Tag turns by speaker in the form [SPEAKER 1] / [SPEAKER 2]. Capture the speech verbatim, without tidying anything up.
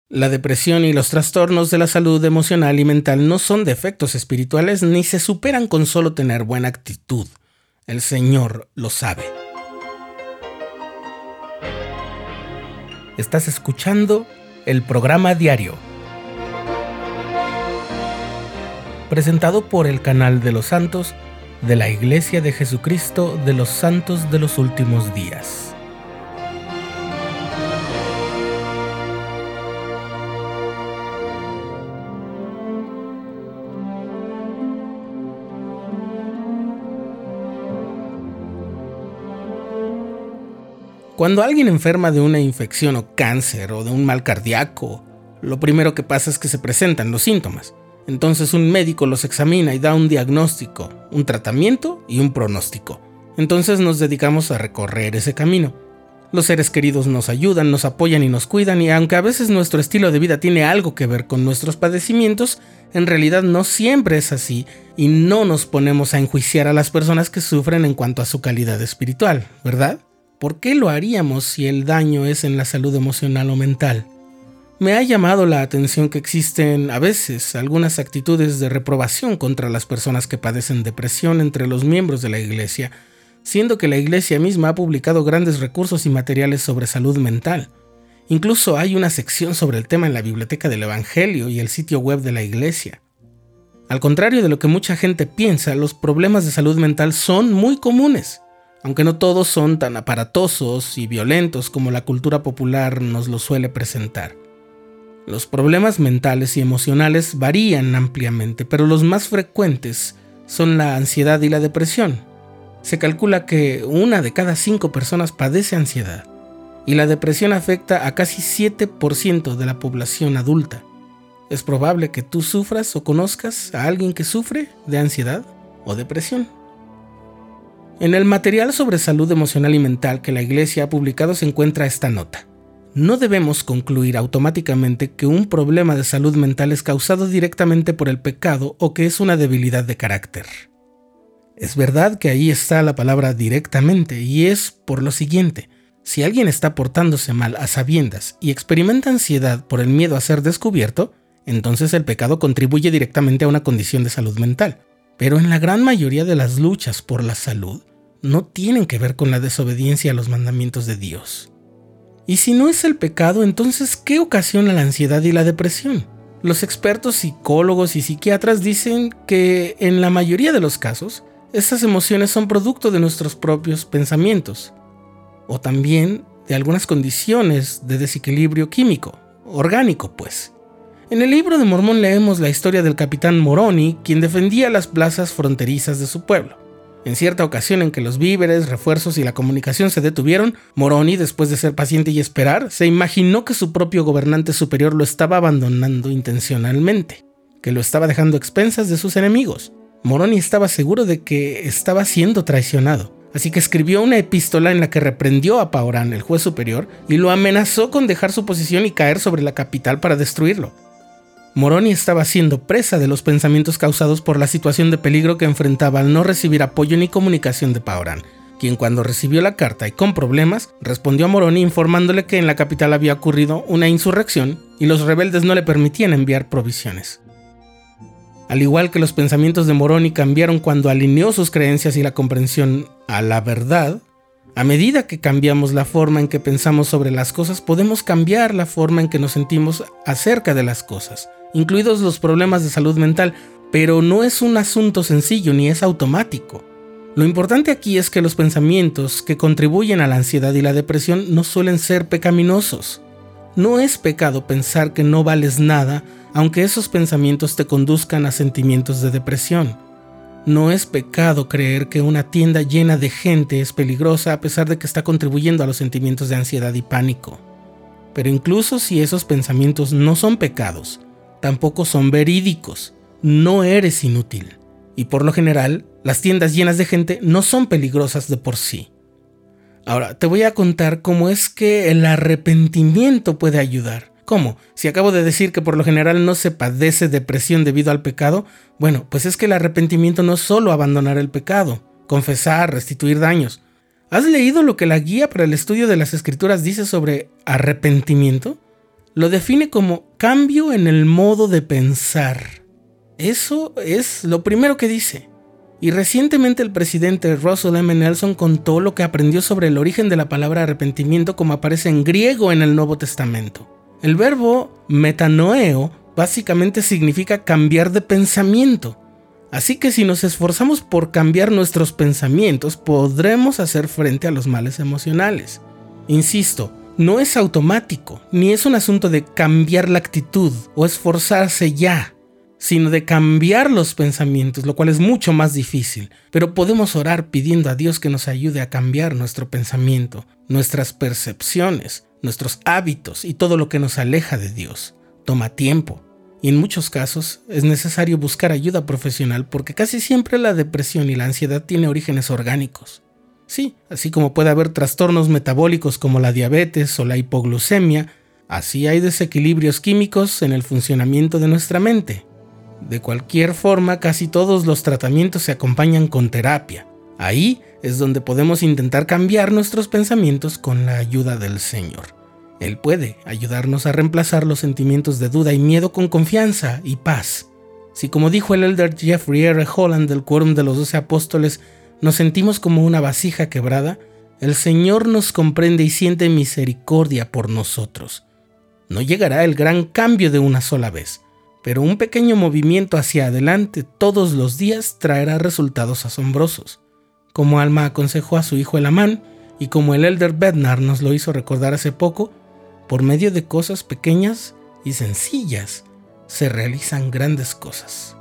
[SPEAKER 1] La depresión y los trastornos de la salud emocional y mental no son defectos espirituales ni se superan con solo tener buena actitud. El Señor lo sabe. Estás escuchando el programa diario, presentado por el canal de los santos de la Iglesia de Jesucristo de los Santos de los Últimos Días. Cuando alguien enferma de una infección o cáncer o de un mal cardíaco, lo primero que pasa es que se presentan los síntomas. Entonces un médico los examina y da un diagnóstico, un tratamiento y un pronóstico. Entonces nos dedicamos a recorrer ese camino. Los seres queridos nos ayudan, nos apoyan y nos cuidan, y aunque a veces nuestro estilo de vida tiene algo que ver con nuestros padecimientos, en realidad no siempre es así y no nos ponemos a enjuiciar a las personas que sufren en cuanto a su calidad espiritual, ¿verdad? ¿Por qué lo haríamos si el daño es en la salud emocional o mental? Me ha llamado la atención que existen a veces algunas actitudes de reprobación contra las personas que padecen depresión entre los miembros de la Iglesia, siendo que la Iglesia misma ha publicado grandes recursos y materiales sobre salud mental. Incluso hay una sección sobre el tema en la Biblioteca del Evangelio y el sitio web de la Iglesia. Al contrario de lo que mucha gente piensa, los problemas de salud mental son muy comunes, aunque no todos son tan aparatosos y violentos como la cultura popular nos lo suele presentar. Los problemas mentales y emocionales varían ampliamente, pero los más frecuentes son la ansiedad y la depresión. Se calcula que una de cada cinco personas padece ansiedad, y la depresión afecta a casi siete por ciento de la población adulta. Es probable que tú sufras o conozcas a alguien que sufre de ansiedad o depresión. En el material sobre salud emocional y mental que la Iglesia ha publicado se encuentra esta nota. No debemos concluir automáticamente que un problema de salud mental es causado directamente por el pecado o que es una debilidad de carácter. Es verdad que ahí está la palabra directamente, y es por lo siguiente: si alguien está portándose mal a sabiendas y experimenta ansiedad por el miedo a ser descubierto, entonces el pecado contribuye directamente a una condición de salud mental. Pero en la gran mayoría de las luchas por la salud, no tienen que ver con la desobediencia a los mandamientos de Dios. Y si no es el pecado, entonces ¿qué ocasiona la ansiedad y la depresión? Los expertos psicólogos y psiquiatras dicen que en la mayoría de los casos, estas emociones son producto de nuestros propios pensamientos, o también de algunas condiciones de desequilibrio químico, orgánico pues. En el libro de Mormón leemos la historia del capitán Moroni, quien defendía las plazas fronterizas de su pueblo. En cierta ocasión en que los víveres, refuerzos y la comunicación se detuvieron, Moroni, después de ser paciente y esperar, se imaginó que su propio gobernante superior lo estaba abandonando intencionalmente, que lo estaba dejando a expensas de sus enemigos. Moroni estaba seguro de que estaba siendo traicionado, así que escribió una epístola en la que reprendió a Paorán, el juez superior, y lo amenazó con dejar su posición y caer sobre la capital para destruirlo. Moroni estaba siendo presa de los pensamientos causados por la situación de peligro que enfrentaba al no recibir apoyo ni comunicación de Paorán, quien cuando recibió la carta y con problemas, respondió a Moroni informándole que en la capital había ocurrido una insurrección y los rebeldes no le permitían enviar provisiones. Al igual que los pensamientos de Moroni cambiaron cuando alineó sus creencias y la comprensión a la verdad, a medida que cambiamos la forma en que pensamos sobre las cosas, podemos cambiar la forma en que nos sentimos acerca de las cosas, incluidos los problemas de salud mental, pero no es un asunto sencillo ni es automático. Lo importante aquí es que los pensamientos que contribuyen a la ansiedad y la depresión no suelen ser pecaminosos. No es pecado pensar que no vales nada, aunque esos pensamientos te conduzcan a sentimientos de depresión. No es pecado creer que una tienda llena de gente es peligrosa a pesar de que está contribuyendo a los sentimientos de ansiedad y pánico. Pero incluso si esos pensamientos no son pecados, tampoco son verídicos. No eres inútil. Y por lo general, las tiendas llenas de gente no son peligrosas de por sí. Ahora, te voy a contar cómo es que el arrepentimiento puede ayudar. ¿Cómo? Si acabo de decir que por lo general no se padece depresión debido al pecado, bueno, pues es que el arrepentimiento no es solo abandonar el pecado, confesar, restituir daños. ¿Has leído lo que la guía para el estudio de las Escrituras dice sobre arrepentimiento? lo define como cambio en el modo de pensar. Eso es lo primero que dice. Y recientemente el presidente Russell M. Nelson contó lo que aprendió sobre el origen de la palabra arrepentimiento como aparece en griego en el Nuevo Testamento. El verbo metanoeo básicamente significa cambiar de pensamiento. Así que si nos esforzamos por cambiar nuestros pensamientos, podremos hacer frente a los males emocionales. Insisto, no es automático, ni es un asunto de cambiar la actitud o esforzarse ya, sino de cambiar los pensamientos, lo cual es mucho más difícil. Pero podemos orar pidiendo a Dios que nos ayude a cambiar nuestro pensamiento, nuestras percepciones, nuestros hábitos y todo lo que nos aleja de Dios. Toma tiempo. Y en muchos casos es necesario buscar ayuda profesional porque casi siempre la depresión y la ansiedad tienen orígenes orgánicos. Sí, así como puede haber trastornos metabólicos como la diabetes o la hipoglucemia, así hay desequilibrios químicos en el funcionamiento de nuestra mente. De cualquier forma, casi todos los tratamientos se acompañan con terapia. Ahí es donde podemos intentar cambiar nuestros pensamientos con la ayuda del Señor. Él puede ayudarnos a reemplazar los sentimientos de duda y miedo con confianza y paz. Si, como dijo el elder Jeffrey R. Holland del Quórum de los Doce Apóstoles, nos sentimos como una vasija quebrada, el Señor nos comprende y siente misericordia por nosotros. No llegará el gran cambio de una sola vez, pero un pequeño movimiento hacia adelante todos los días traerá resultados asombrosos. Como Alma aconsejó a su hijo Elamán, y como el elder Bednar nos lo hizo recordar hace poco, por medio de cosas pequeñas y sencillas se realizan grandes cosas.